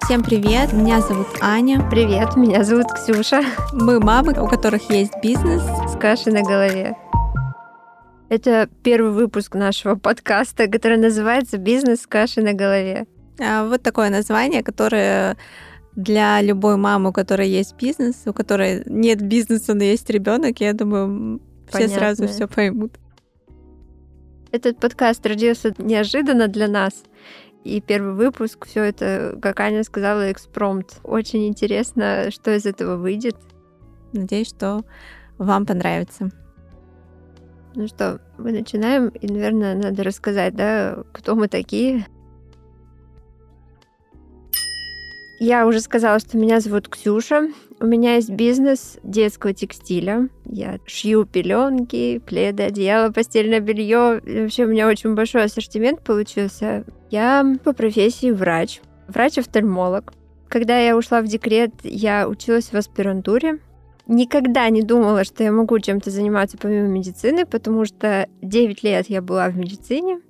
Всем привет, меня зовут Аня. Привет, меня зовут Ксюша. Мы мамы, у которых есть бизнес с кашей на голове. Это первый выпуск нашего подкаста, который называется «Бизнес с кашей на голове». Вот такое название, которое для любой мамы, у которой есть бизнес, у которой нет бизнеса, но есть ребенок, я думаю, все сразу все поймут. Этот подкаст родился неожиданно для нас. И первый выпуск, все это, как Аня сказала, экспромт. Очень интересно, что из этого выйдет. Надеюсь, что вам понравится. Ну что, мы начинаем. И, наверное, надо рассказать, да, кто мы такие. Я уже сказала, что меня зовут Ксюша. У меня есть бизнес детского текстиля. Я шью пеленки, пледы, одеяло, постельное белье. Вообще у меня очень большой ассортимент получился. Я по профессии врач. Врач-офтальмолог. Когда я ушла в декрет, я училась в аспирантуре. Никогда не думала, что я могу чем-то заниматься помимо медицины, потому что 9 лет я была в медицине.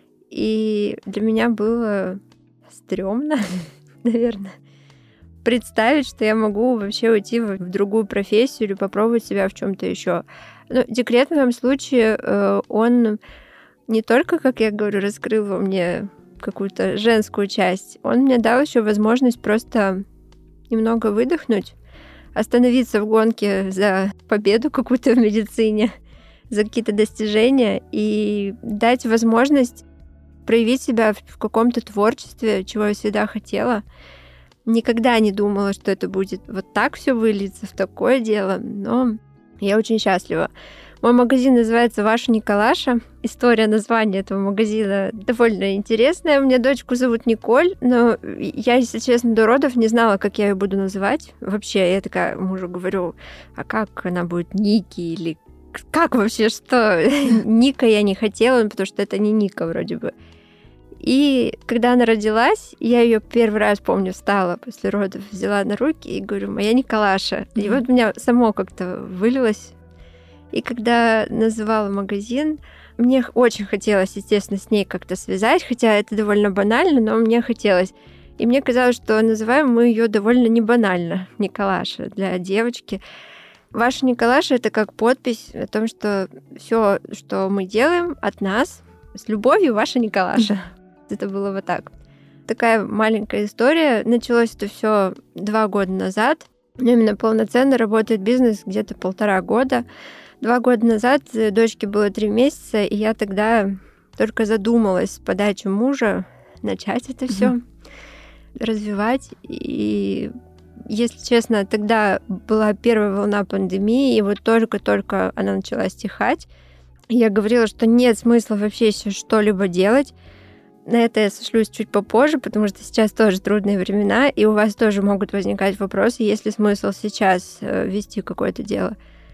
И для меня было стрёмно, наверное, представить, что я могу вообще уйти в другую профессию или попробовать себя в чем-то еще. Но декрет в моем случае, он не только, как я говорю, раскрыл во мне какую-то женскую часть, он мне дал еще возможность просто немного выдохнуть, остановиться в гонке за победу какую-то в медицине, за какие-то достижения и дать возможность проявить себя в каком-то творчестве, чего я всегда хотела. Никогда не думала, что это будет вот так все выльется в такое дело, но я очень счастлива. Мой магазин называется «Ваша Николаша». История названия этого магазина довольно интересная. У меня дочку зовут Николь, но я, если честно, до родов не знала, как я ее буду называть. Вообще, я такая мужу говорю, а как она будет Ники или как вообще, что? Ника я не хотела, потому что это не Ника вроде бы. И когда она родилась, я ее первый раз, помню, встала после родов, взяла на руки и говорю, моя Николаша. И вот у меня само как-то вылилось. И когда называла магазин, мне очень хотелось, естественно, с ней как-то связать, хотя это довольно банально, но мне хотелось. И мне казалось, что называем мы ее довольно не банально, Николаша, для девочки. Ваша Николаша — это как подпись о том, что все, что мы делаем от нас, с любовью, ваша Николаша. Это было вот так. Такая маленькая история. Началось это все 2 года назад. Но именно полноценно работает бизнес где-то 1,5 года. 2 года назад дочке было 3 месяца, и я тогда только задумалась с подачи мужа начать это все развивать. И, если честно, тогда была первая волна пандемии, и вот только-только она начала стихать. Я говорила, что нет смысла вообще еще что-либо делать. На это я сошлюсь чуть попозже, потому что сейчас тоже трудные времена, и у вас тоже могут возникать вопросы, есть ли смысл сейчас вести какое-то дело.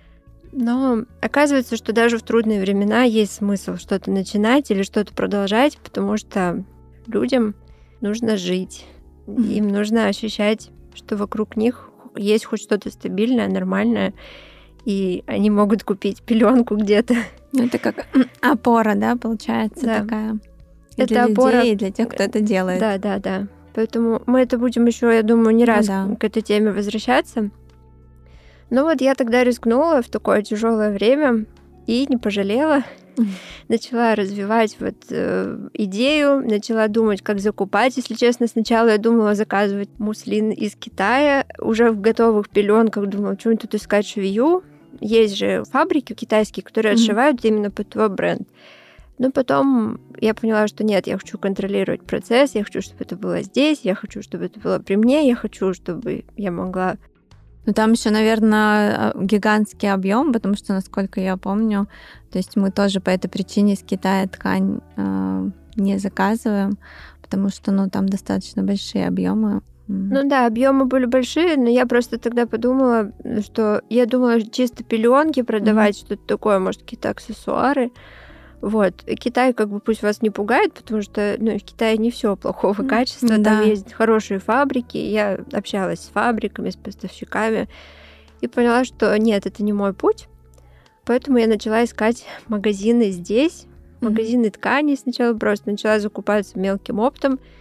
Но оказывается, что даже в трудные времена есть смысл что-то начинать или что-то продолжать, потому что людям нужно жить. Им нужно ощущать, что вокруг них есть хоть что-то стабильное, нормальное, и они могут купить пеленку где-то. Это как опора, да, получается, да. Такая. И это для опора людей, и для тех, кто это делает. Да. Поэтому мы это будем еще, я думаю, не раз к этой теме возвращаться. Но вот я тогда рискнула в такое тяжелое время и не пожалела. Начала развивать идею, начала думать, как закупать. Если честно, сначала я думала заказывать муслин из Китая, уже в готовых пеленках. Думала, что тут искать швею. Есть же фабрики китайские, которые отшивают именно под твой бренд. Но потом я поняла, что нет, я хочу контролировать процесс, я хочу, чтобы это было здесь, я хочу, чтобы это было при мне, я хочу, чтобы я могла... Ну, там еще, наверное, гигантский объем, потому что, насколько я помню, то есть мы тоже по этой причине из Китая ткань не заказываем, потому что, там достаточно большие объемы. Ну да, объемы были большие, но я просто тогда подумала, что я думала чисто пеленки продавать, что-то такое, может, какие-то аксессуары. Вот. Китай пусть вас не пугает, потому что в Китае не все плохого качества, там есть хорошие фабрики. Я общалась с фабриками, с поставщиками и поняла, что нет, это не мой путь. Поэтому я начала искать магазины здесь, магазины тканей сначала, просто начала закупаться мелким оптом.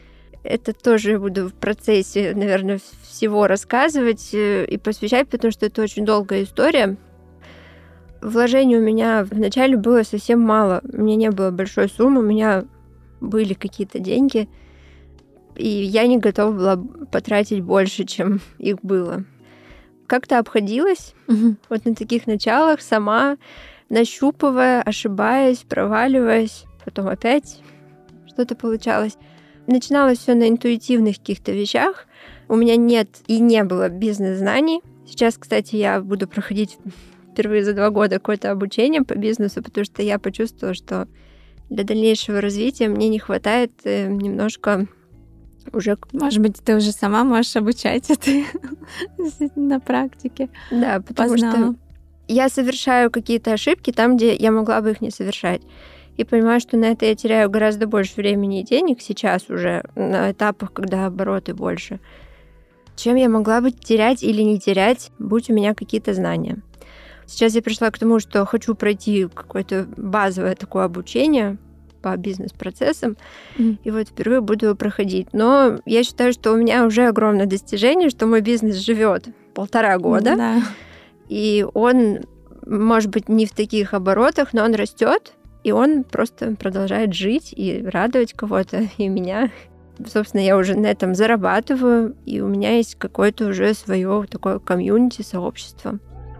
это тоже буду в процессе, наверное, всего рассказывать и посвящать, потому что это очень долгая история. Вложений у меня вначале было совсем мало. У меня не было большой суммы, у меня были какие-то деньги, и я не готова была потратить больше, чем их было. Как-то обходилась вот на таких началах, сама нащупывая, ошибаясь, проваливаясь, потом опять что-то получалось. Начиналось все на интуитивных каких-то вещах. У меня нет и не было бизнес-знаний. Сейчас, кстати, я буду проходить впервые за 2 года какое-то обучение по бизнесу, потому что я почувствовала, что для дальнейшего развития мне не хватает немножко уже... Может быть, ты уже сама можешь обучать это на практике. Да, потому что я совершаю какие-то ошибки там, где я могла бы их не совершать. И понимаю, что на это я теряю гораздо больше времени и денег сейчас уже, на этапах, когда обороты больше, чем я могла бы терять или не терять, будь у меня какие-то знания. Сейчас я пришла к тому, что хочу пройти какое-то базовое такое обучение по бизнес-процессам, и вот впервые буду его проходить. Но я считаю, что у меня уже огромное достижение, что мой бизнес живет 1,5 года, да. И он, может быть, не в таких оборотах, но он растет, и он просто продолжает жить и радовать кого-то, и меня. Собственно, я уже на этом зарабатываю, и у меня есть какое-то уже свое такое комьюнити, сообщество.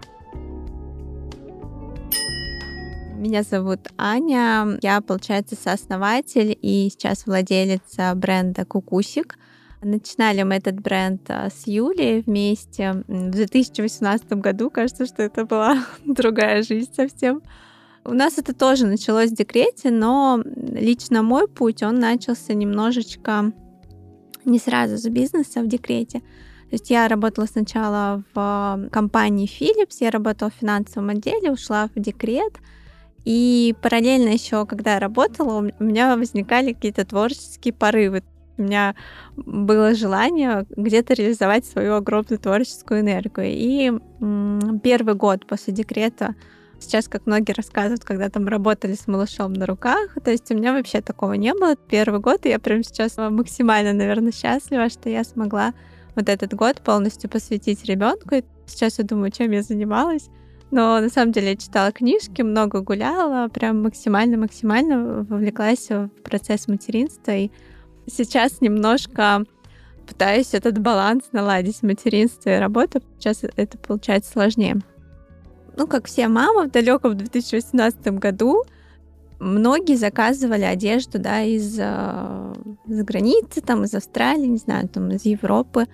Меня зовут Аня, я, получается, сооснователь и сейчас владелица бренда «Кукусик». Начинали мы этот бренд с Юлей вместе в 2018 году. Кажется, что это была другая жизнь совсем. У нас это тоже началось в декрете, но лично мой путь, он начался немножечко не сразу с бизнеса в декрете. То есть я работала сначала в компании Philips, я работала в финансовом отделе, ушла в декрет. И параллельно еще, когда я работала, у меня возникали какие-то творческие порывы. У меня было желание где-то реализовать свою огромную творческую энергию. И первый год после декрета, сейчас, как многие рассказывают, когда там работали с малышом на руках, то есть у меня вообще такого не было. Первый год, и я прям сейчас максимально, наверное, счастлива, что я смогла вот этот год полностью посвятить ребенку. Сейчас я думаю, чем я занималась. Но на самом деле я читала книжки, много гуляла, прям максимально вовлеклась в процесс материнства. И сейчас немножко пытаюсь этот баланс наладить материнства и работы. Сейчас это получается сложнее. Ну, как все мамы в далеком 2018 году, многие заказывали одежду, да, из-за границы, там, из Австралии, не знаю, там, из Европы.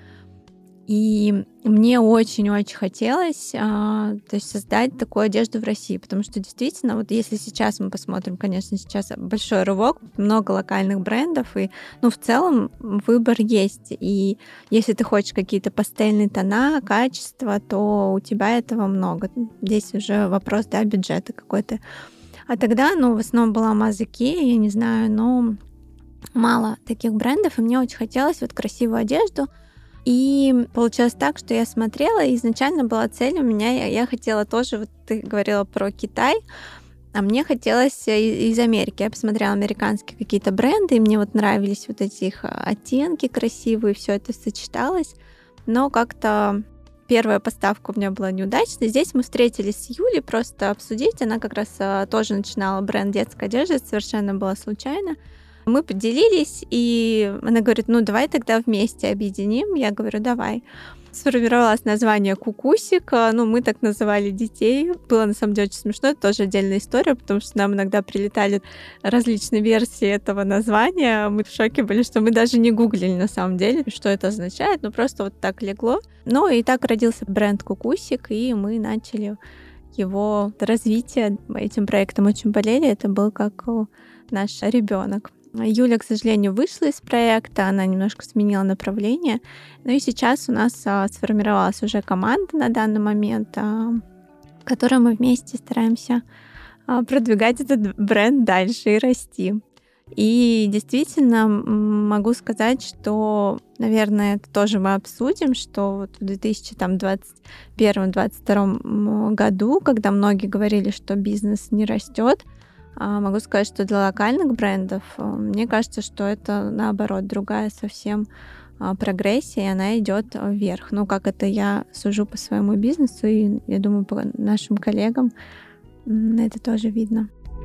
И мне очень-очень хотелось то есть создать такую одежду в России, потому что действительно, вот если сейчас мы посмотрим, конечно, сейчас большой рывок, много локальных брендов, и, ну, в целом выбор есть. И если ты хочешь какие-то пастельные тона, качество, то у тебя этого много. Здесь уже вопрос, да, бюджета какой-то. А тогда, ну, в основном была Мазаки, я не знаю, но мало таких брендов, и мне очень хотелось вот красивую одежду. И получилось так, что я смотрела, и изначально была цель у меня, я хотела тоже, вот ты говорила про Китай, а мне хотелось из Америки. Я посмотрела американские какие-то бренды, и мне вот нравились вот эти их оттенки красивые, все это сочеталось, но как-то первая поставка у меня была неудачной. Здесь мы встретились с Юлей просто обсудить, она как раз тоже начинала бренд детской одежды, это совершенно было случайно. Мы поделились, и она говорит, ну, давай тогда вместе объединим. Я говорю, давай. Сформировалось название «Кукусик». Ну, мы так называли детей. Было, на самом деле, очень смешно. Это тоже отдельная история, потому что нам иногда прилетали различные версии этого названия. Мы в шоке были, что мы даже не гуглили, на самом деле, что это означает. Ну, просто вот так легло. Ну, и так родился бренд «Кукусик», и мы начали его развитие. Этим проектом очень болели. Это был как наш ребенок. Юля, к сожалению, вышла из проекта, она немножко сменила направление. Ну и сейчас у нас сформировалась уже команда на данный момент, в которой мы вместе стараемся продвигать этот бренд дальше и расти. И действительно могу сказать, что, наверное, это тоже мы обсудим, что вот в 2021-2022 году, когда многие говорили, что бизнес не растет, Могу сказать, что для локальных брендов, мне кажется, что это, наоборот, другая совсем прогрессия, и она идет вверх. Ну, как это я сужу по своему бизнесу, и, я думаю, по нашим коллегам это тоже видно.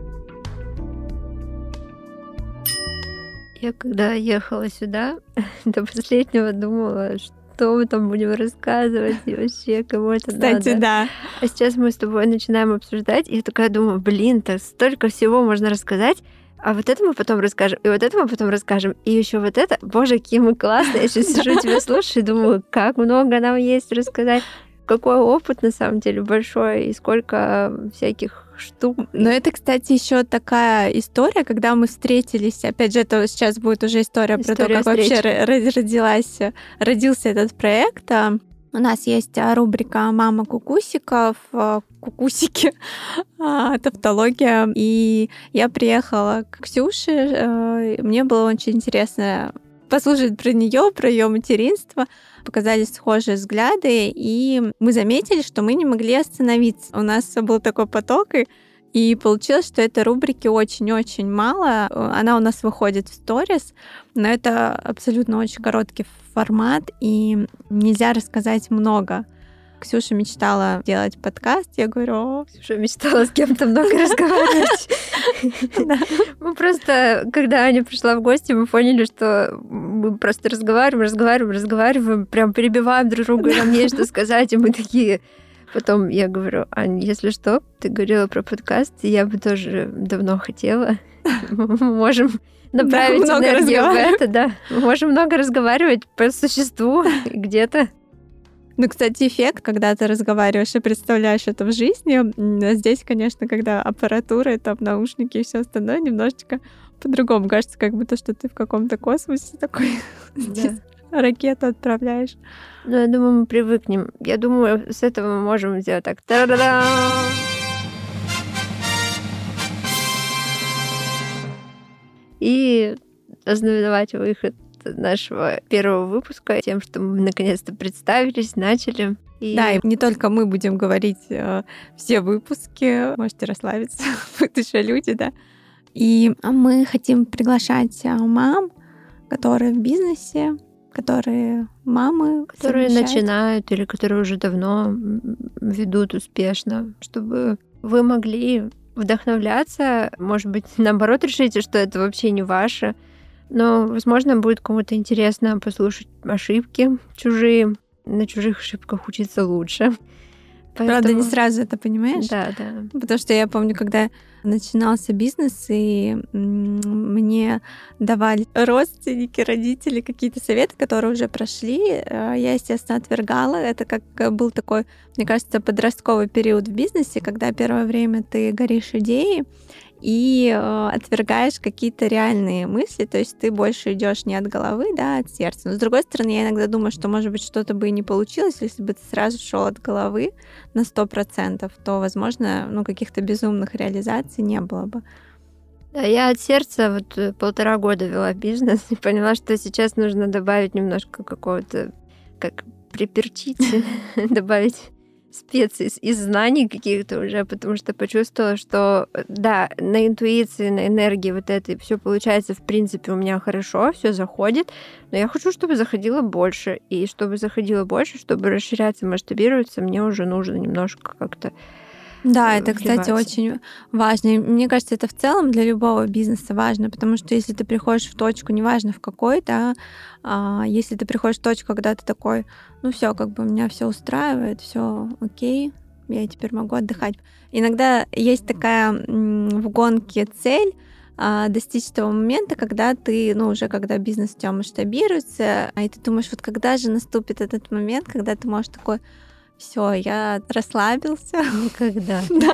Я когда ехала сюда, до последнего думала, что мы там будем рассказывать, и вообще кому это надо. Кстати, да. А сейчас мы с тобой начинаем обсуждать, и я такая думаю, так столько всего можно рассказать, а вот это мы потом расскажем, и вот это мы потом расскажем, и еще вот это. Боже, какие мы классные. Я сейчас сижу, тебя слушаю и думаю, как много нам есть рассказать. Какой опыт, на самом деле, большой, и сколько всяких штук. Но это, кстати, еще такая история, когда мы встретились. Опять же, это сейчас будет уже история про то, как вообще родился этот проект. У нас есть рубрика «Мама кукусиков», кукусики, тавтология. И я приехала к Ксюше. Мне было очень интересно послушать про нее, про ее материнство. Показались схожие взгляды, и мы заметили, что мы не могли остановиться. У нас был такой поток, и получилось, что этой рубрики очень-очень мало. Она у нас выходит в сторис, но это абсолютно очень короткий формат, и нельзя рассказать много. Ксюша мечтала делать подкаст. Я говорю, Ксюша мечтала с кем-то много разговаривать. Мы просто, когда Аня пришла в гости, мы поняли, что мы просто разговариваем, прям перебиваем друг друга, нам есть что сказать, и мы такие... Потом я говорю, Аня, если что, ты говорила про подкаст, и я бы тоже давно хотела. Мы можем направить энергию в это, да. Мы можем много разговаривать по существу где-то. Ну, кстати, эффект, когда ты разговариваешь и представляешь это в жизни, здесь, конечно, когда аппаратура, и там наушники и все остальное, немножечко по-другому. Кажется, как будто, что ты в каком-то космосе такой ракету отправляешь. Ну, я думаю, мы привыкнем. Я думаю, с этого мы можем сделать так. Та-да-да! И ознаменовать выход нашего первого выпуска тем, что мы наконец-то представились, начали. Да, и не только мы будем говорить все выпуски, можете расслабиться, будут еще люди, да. И мы хотим приглашать мам, которые в бизнесе, которые мамы, которые начинают или которые уже давно ведут успешно, чтобы вы могли вдохновляться, может быть, наоборот, решите, что это вообще не ваше, но, возможно, будет кому-то интересно послушать ошибки чужие. На чужих ошибках учиться лучше. Поэтому... Правда, не сразу это понимаешь? Да. Потому что я помню, когда начинался бизнес, и мне давали родственники, родители какие-то советы, которые уже прошли, я, естественно, отвергала. Это как был такой, мне кажется, подростковый период в бизнесе, когда первое время ты горишь идеей, и отвергаешь какие-то реальные мысли, то есть ты больше идешь не от головы, да, а от сердца. Но с другой стороны, я иногда думаю, что, может быть, что-то бы и не получилось, если бы ты сразу шел от головы на 100%, то, возможно, каких-то безумных реализаций не было бы. Да, я от сердца 1,5 года вела бизнес и поняла, что сейчас нужно добавить немножко какого-то, как приперчить, добавить специй из знаний каких-то уже, потому что почувствовала, что да, на интуиции, на энергии вот этой все получается, в принципе, у меня хорошо, все заходит, но я хочу, чтобы заходило больше, и чтобы заходило больше, чтобы расширяться, масштабироваться, мне уже нужно немножко как-то Да, это, кстати, очень важно. И мне кажется, это в целом для любого бизнеса важно, потому что если ты приходишь в точку, неважно в какой, да, если ты приходишь в точку, когда ты такой, все, как бы меня все устраивает, все окей, я теперь могу отдыхать. Иногда есть такая в гонке цель достичь того момента, когда ты, уже когда бизнес у тебя масштабируется, и ты думаешь, вот когда же наступит этот момент, когда ты можешь такой: все, я расслабился. Никогда. Да.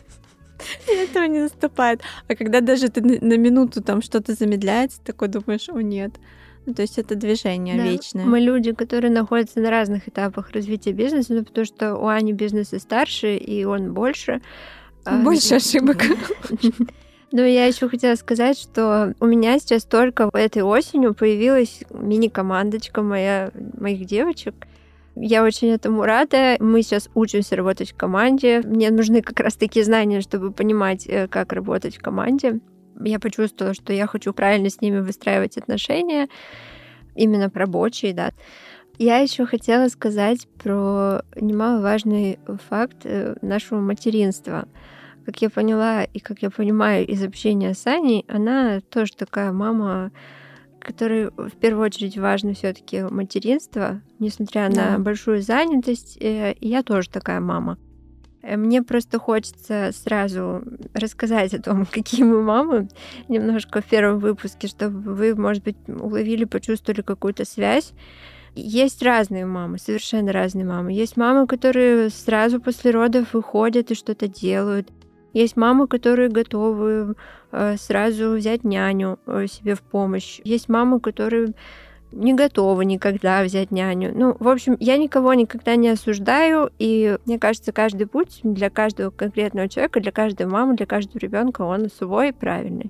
И этого не наступает. А когда даже ты на минуту там что-то замедляется, такой думаешь: о нет. То есть это движение вечное. Мы люди, которые находятся на разных этапах развития бизнеса, потому что у Ани бизнес и старше, и он больше. Больше ошибок. Но я еще хотела сказать, что у меня сейчас только этой осенью появилась мини-командочка моих девочек. Я очень этому рада. Мы сейчас учимся работать в команде. Мне нужны как раз такие знания, чтобы понимать, как работать в команде. Я почувствовала, что я хочу правильно с ними выстраивать отношения, именно рабочие, да. Я еще хотела сказать про немаловажный факт нашего материнства. Как я поняла и как я понимаю из общения с Аней, она тоже такая мама, которой в первую очередь важно все-таки материнство, несмотря на большую занятость. Я тоже такая мама. Мне просто хочется сразу рассказать о том, какие мы мамы, немножко в первом выпуске, чтобы вы, может быть, уловили, почувствовали какую-то связь. Есть разные мамы, совершенно разные мамы. Есть мамы, которые сразу после родов выходят и что-то делают. Есть мамы, которые готовы сразу взять няню себе в помощь. Есть мамы, которые не готовы никогда взять няню. Ну, в общем, я никого никогда не осуждаю, и мне кажется, каждый путь для каждого конкретного человека, для каждой мамы, для каждого ребенка, он свой и правильный.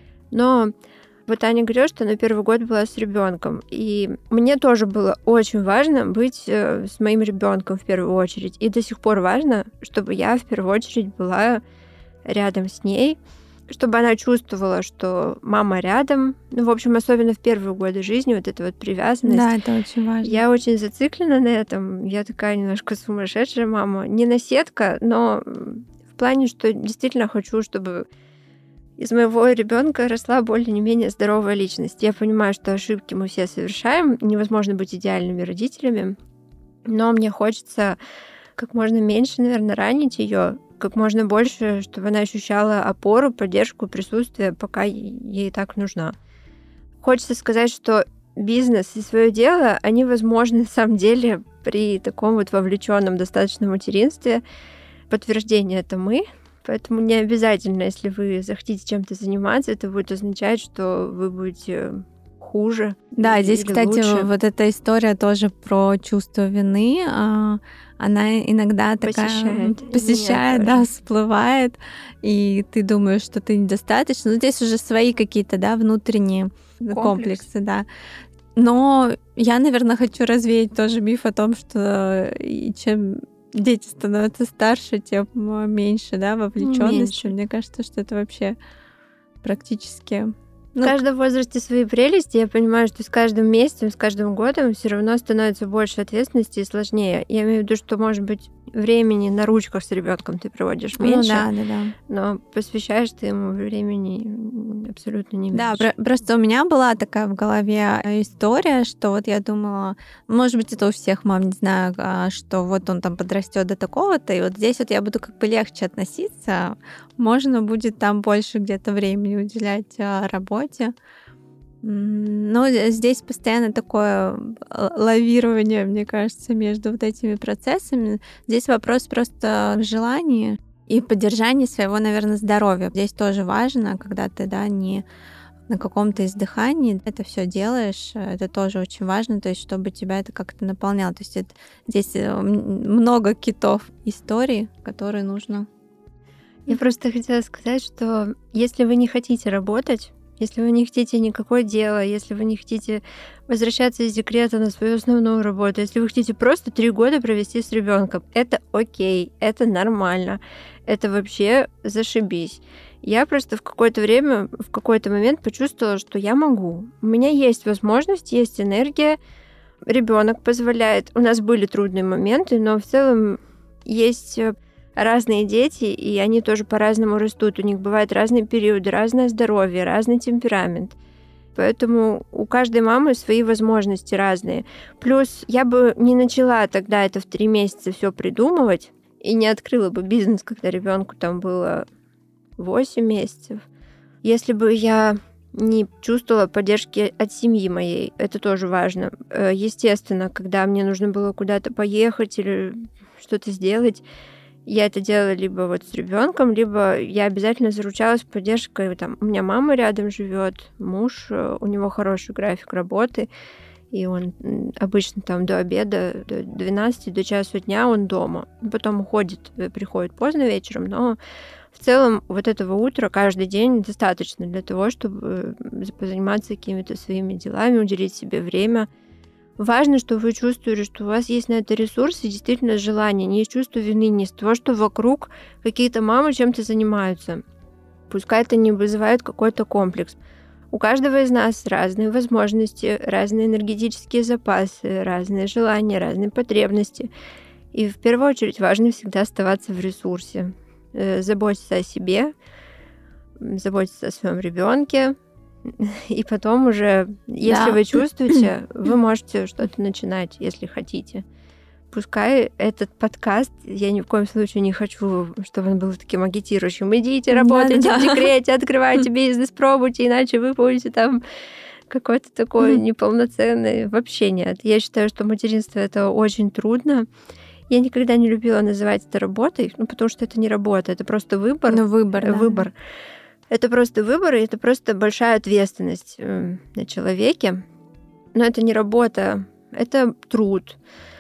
Но вот Аня говорила, что она первый год была с ребенком, и мне тоже было очень важно быть с моим ребенком в первую очередь. И до сих пор важно, чтобы я в первую очередь была рядом с ней, чтобы она чувствовала, что мама рядом. Ну, в общем, особенно в первые годы жизни вот эта вот привязанность. Да, это очень важно. Я очень зациклена на этом. Я такая немножко сумасшедшая мама. Не наседка, но в плане, что действительно хочу, чтобы из моего ребенка росла более-менее здоровая личность. Я понимаю, что ошибки мы все совершаем. Невозможно быть идеальными родителями. Но мне хочется как можно меньше, наверное, ранить ее, как можно больше, чтобы она ощущала опору, поддержку, присутствие, пока ей так нужна. Хочется сказать, что бизнес и свое дело, они возможны на самом деле при таком вот вовлеченном достаточно материнстве. Подтверждение это мы, поэтому не обязательно, если вы захотите чем-то заниматься, это будет означать, что вы будете хуже. Да, здесь, кстати, лучше. Вот эта история тоже про чувство вины. Она иногда такая посещает, да, всплывает, и ты думаешь, что ты недостаточно. Но здесь уже свои какие-то, да, внутренние комплексы, да. Но я, наверное, хочу развеять тоже миф о том, что чем дети становятся старше, тем меньше, да, вовлеченности. Мне кажется, что это вообще практически... В каждом возрасте свои прелести. Я понимаю, что с каждым месяцем, с каждым годом все равно становится больше ответственности и сложнее. Я имею в виду, что, может быть, времени на ручках с ребенком ты проводишь меньше, но посвящаешь ты ему времени абсолютно не меньше. Да, просто у меня была такая в голове история, что вот я думала, может быть, это у всех мам, не знаю, что вот он там подрастет до такого-то, и вот здесь вот я буду как бы легче относиться, можно будет там больше где-то времени уделять работе. Но здесь постоянно такое лавирование, мне кажется, между вот этими процессами. Здесь вопрос просто в желании и поддержании своего, наверное, здоровья. Здесь тоже важно, когда ты, да, не на каком-то издыхании это все делаешь, это тоже очень важно, то есть чтобы тебя это как-то наполняло. То есть здесь много китов историй, которые нужно. Я просто хотела сказать, что если вы не хотите работать, если вы не хотите никакое дело, если вы не хотите возвращаться из декрета на свою основную работу, если вы хотите просто 3 года провести с ребенком, это окей, это нормально, это вообще зашибись. Я просто в какое-то время, в какой-то момент почувствовала, что я могу. У меня есть возможность, есть энергия, ребенок позволяет. У нас были трудные моменты, но в целом есть разные дети, и они тоже по-разному растут. У них бывают разные периоды, разное здоровье, разный темперамент. Поэтому у каждой мамы свои возможности разные. Плюс я бы не начала тогда это в 3 месяца все придумывать и не открыла бы бизнес, когда ребенку там было 8 месяцев. Если бы я не чувствовала поддержки от семьи моей, это тоже важно. Естественно, когда мне нужно было куда-то поехать или что-то сделать, я это делала либо вот с ребенком, либо я обязательно заручалась поддержкой. Там, у меня мама рядом живет, муж, у него хороший график работы, и он обычно там до обеда, до 12, до часу дня он дома. Потом уходит, приходит поздно вечером, но в целом вот этого утра каждый день достаточно для того, чтобы позаниматься какими-то своими делами, уделить себе время. важно, что вы чувствовали, что у вас есть на это ресурс и действительно желание, не из чувства вины, не из того, что вокруг какие-то мамы чем-то занимаются. Пускай это не вызывает какой-то комплекс. У каждого из нас разные возможности, разные энергетические запасы, разные желания, разные потребности. И в первую очередь важно всегда оставаться в ресурсе. Заботиться о себе, заботиться о своем ребенке. И потом уже, если вы чувствуете, вы можете что-то начинать, если хотите. Пускай этот подкаст, я ни в коем случае не хочу, чтобы он был таким агитирующим. Идите, работайте в декрете, открывайте бизнес, пробуйте, иначе вы будете там какой-то такой неполноценный. Вообще нет. Я считаю, что материнство — это очень трудно. Я никогда не любила называть это работой, потому что это не работа, это просто выбор. Выбор. Это просто выбор, и это просто большая ответственность на человеке. Но это не работа, это труд.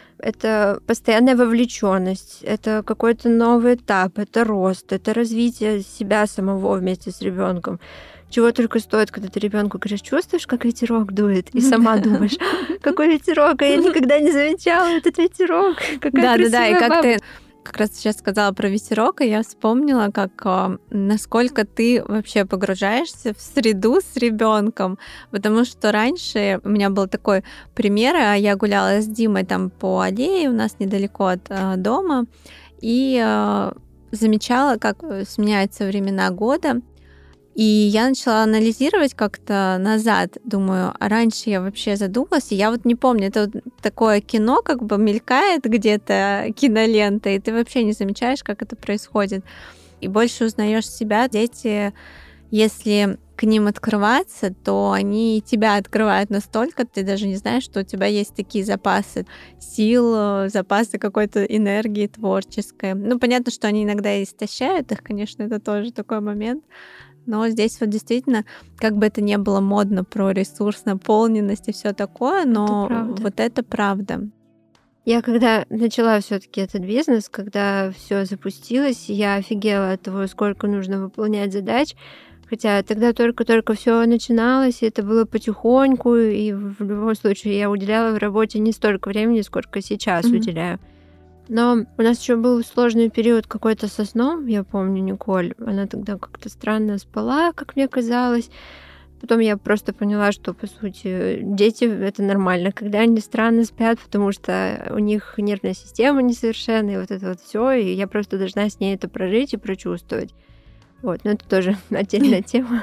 Это постоянная вовлеченность, это какой-то новый этап, это рост, это развитие себя самого вместе с ребенком. Чего только стоит, когда ты ребенку говоришь: чувствуешь, как ветерок дует, и сама думаешь: какой ветерок, а я никогда не замечала этот ветерок. Какая красивая и как баба. ты как раз сейчас сказала про ветерок, и я вспомнила, насколько ты вообще погружаешься в среду с ребенком, потому что раньше у меня был такой пример, я гуляла с Димой там по аллее у нас недалеко от дома, и замечала, как сменяются времена года. И я начала анализировать как-то назад, думаю, а раньше я вообще задумалась, и я вот не помню, это вот такое кино как бы мелькает где-то, кинолента, и ты вообще не замечаешь, как это происходит. И больше узнаешь себя. Дети, если к ним открываться, то они тебя открывают настолько, ты даже не знаешь, что у тебя есть такие запасы сил, запасы какой-то энергии творческой. Понятно, что они иногда истощают их, конечно, это тоже такой момент. Но здесь вот действительно, как бы это ни было модно про ресурс, наполненность и все такое, но вот это правда. Я когда начала все-таки этот бизнес, когда все запустилось, я офигела от того, сколько нужно выполнять задач. Хотя тогда только-только все начиналось, и это было потихоньку, и в любом случае я уделяла в работе не столько времени, сколько сейчас уделяю. Но у нас еще был сложный период какой-то со сном, я помню, Николь. Она тогда как-то странно спала, как мне казалось. Потом я просто поняла, что, по сути, дети — это нормально, когда они странно спят, потому что у них нервная система несовершенная, и вот это вот все, и я просто должна с ней это прожить и прочувствовать. Вот, но это тоже отдельная тема.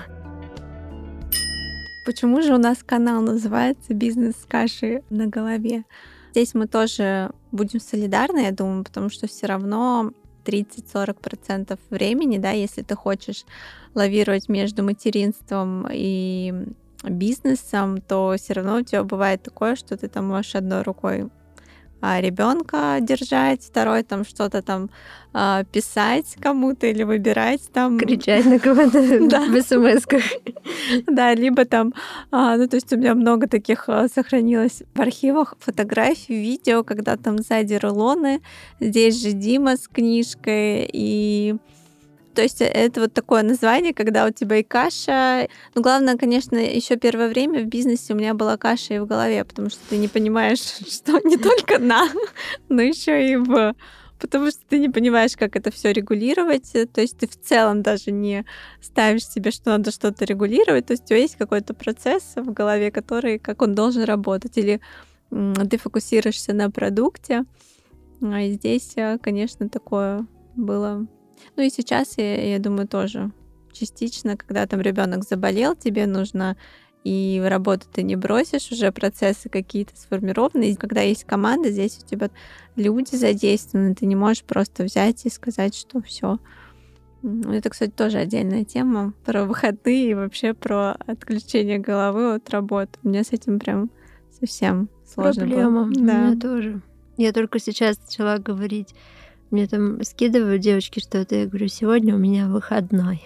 Почему же у нас канал называется «Бизнес с кашей на голове»? Здесь мы тоже будем солидарны, я думаю, потому что все равно 30-40% времени, да, если ты хочешь лавировать между материнством и бизнесом, то все равно у тебя бывает такое, что ты там можешь одной рукой ребенка держать, второй там что-то там писать кому-то или выбирать там. Кричать на кого-то в смс-ках. Да, либо там, то есть у меня много таких сохранилось в архивах фотографий, видео, когда там сзади рулоны, здесь же Дима с книжкой, и то есть это вот такое название, когда у тебя и каша. Но главное, конечно, еще первое время в бизнесе у меня была каша и в голове, потому что ты не понимаешь, что не только но еще и потому что ты не понимаешь, как это все регулировать. То есть ты в целом даже не ставишь себе, что надо что-то регулировать. То есть у тебя есть какой-то процесс в голове, который, как он должен работать. Или ты фокусируешься на продукте. И здесь, конечно, такое было. И сейчас, я думаю, тоже частично, когда там ребенок заболел, тебе нужно и работу ты не бросишь, уже процессы какие-то сформированы. И когда есть команда, здесь у тебя люди задействованы, ты не можешь просто взять и сказать, что все. Это, кстати, тоже отдельная тема про выходные и вообще про отключение головы от работы. У меня с этим прям совсем сложно Проблема. было. Да. У меня тоже. Я только сейчас начала говорить. Мне там скидывают девочки что-то, я говорю: сегодня у меня выходной.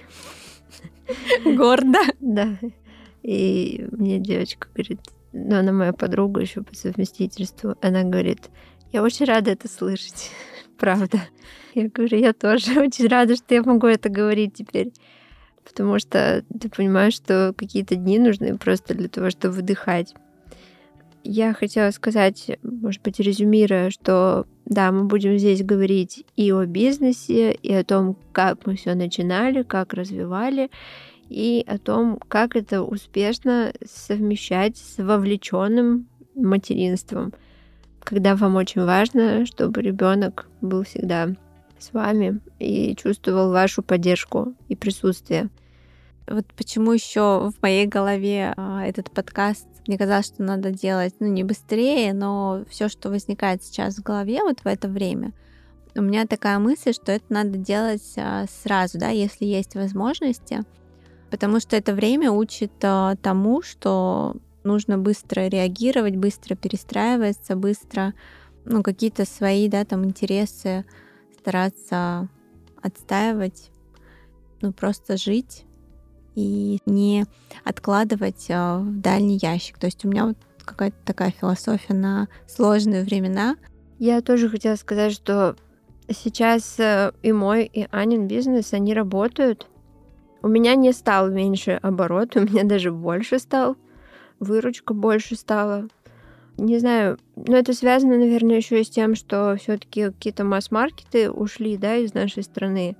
Гордо. Да. И мне девочка говорит, она моя подруга еще по совместительству, она говорит: я очень рада это слышать, правда. Я говорю: я тоже очень рада, что я могу это говорить теперь. Потому что ты понимаешь, что какие-то дни нужны просто для того, чтобы выдыхать. Я хотела сказать, может быть, резюмируя, что да, мы будем здесь говорить и о бизнесе, и о том, как мы все начинали, как развивали, и о том, как это успешно совмещать с вовлеченным материнством, когда вам очень важно, чтобы ребенок был всегда с вами и чувствовал вашу поддержку и присутствие. Вот почему еще в моей голове этот подкаст, мне казалось, что надо делать, не быстрее, но все, что возникает сейчас в голове вот в это время, у меня такая мысль, что это надо делать сразу, да, если есть возможности, потому что это время учит тому, что нужно быстро реагировать, быстро перестраиваться, быстро, какие-то свои, да, там интересы стараться отстаивать, просто жить и не откладывать в дальний ящик. То есть у меня вот какая-то такая философия на сложные времена. Я тоже хотела сказать, что сейчас и мой, и Анин бизнес, они работают. У меня не стал меньше оборот, у меня даже больше стал. Выручка больше стала. Не знаю, но это связано, наверное, еще и с тем, что все-таки какие-то масс-маркеты ушли, да, из нашей страны.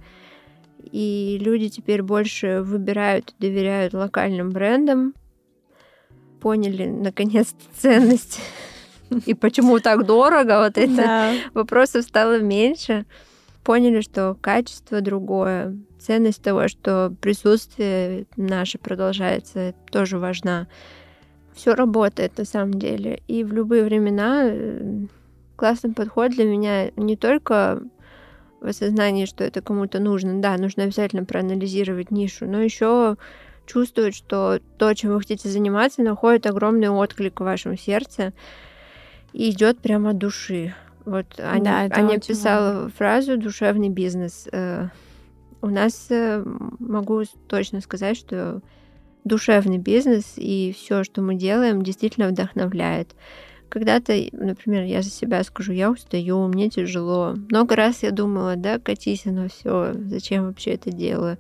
И люди теперь больше выбирают и доверяют локальным брендам. Поняли, наконец-то, ценность. И почему так дорого, вот это вопросов стало меньше. Поняли, что качество другое. Ценность того, что присутствие наше продолжается, тоже важна. Все работает на самом деле. И в любые времена классный подход для меня не только в осознании, что это кому-то нужно. Да, нужно обязательно проанализировать нишу, но еще чувствовать, что то, чем вы хотите заниматься, находит огромный отклик в вашем сердце и идет прямо от души. Вот Аня писала фразу «душевный бизнес». У нас могу точно сказать, что душевный бизнес и все, что мы делаем, действительно вдохновляет. Когда-то, например, я за себя скажу, я устаю, мне тяжело. Много раз я думала, да, катись оно все, зачем вообще это делаю.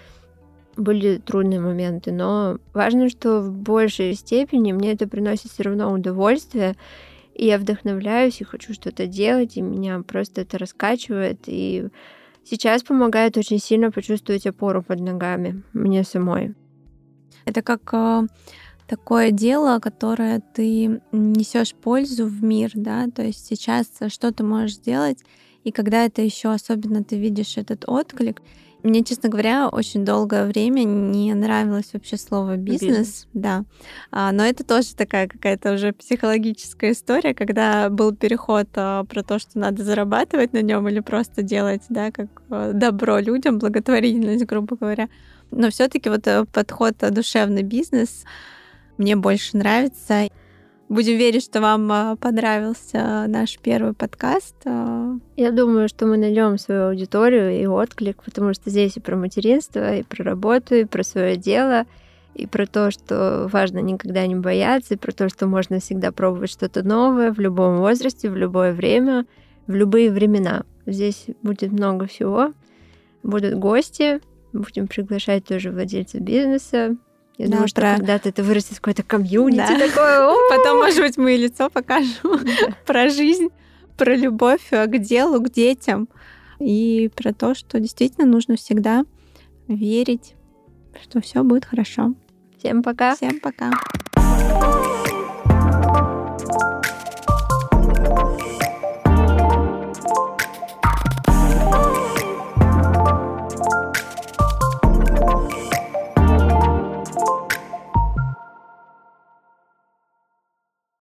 Были трудные моменты, но важно, что в большей степени мне это приносит все равно удовольствие, и я вдохновляюсь и хочу что-то делать, и меня просто это раскачивает, и сейчас помогает очень сильно почувствовать опору под ногами мне самой. Это как такое дело, которое ты несешь пользу в мир, да, то есть сейчас что ты можешь сделать, и когда это еще особенно ты видишь этот отклик. Мне, честно говоря, очень долгое время не нравилось вообще слово бизнес, да, но это тоже такая какая-то уже психологическая история, когда был переход про то, что надо зарабатывать на нем или просто делать, да, как добро людям, благотворительность, грубо говоря. Но все-таки вот подход душевный бизнес мне больше нравится. Будем верить, что вам понравился наш первый подкаст. Я думаю, что мы найдем свою аудиторию и отклик, потому что здесь и про материнство, и про работу, и про свое дело, и про то, что важно никогда не бояться, и про то, что можно всегда пробовать что-то новое в любом возрасте, в любое время, в любые времена. Здесь будет много всего. Будут гости, будем приглашать тоже владельцев бизнеса. Я думаю, что когда-то это вырастет в какое-то комьюнити такое. Потом, может быть, мы и лицо покажем про жизнь, про любовь к делу, к детям и про то, что действительно нужно всегда верить, что все будет хорошо. Всем пока. Всем пока.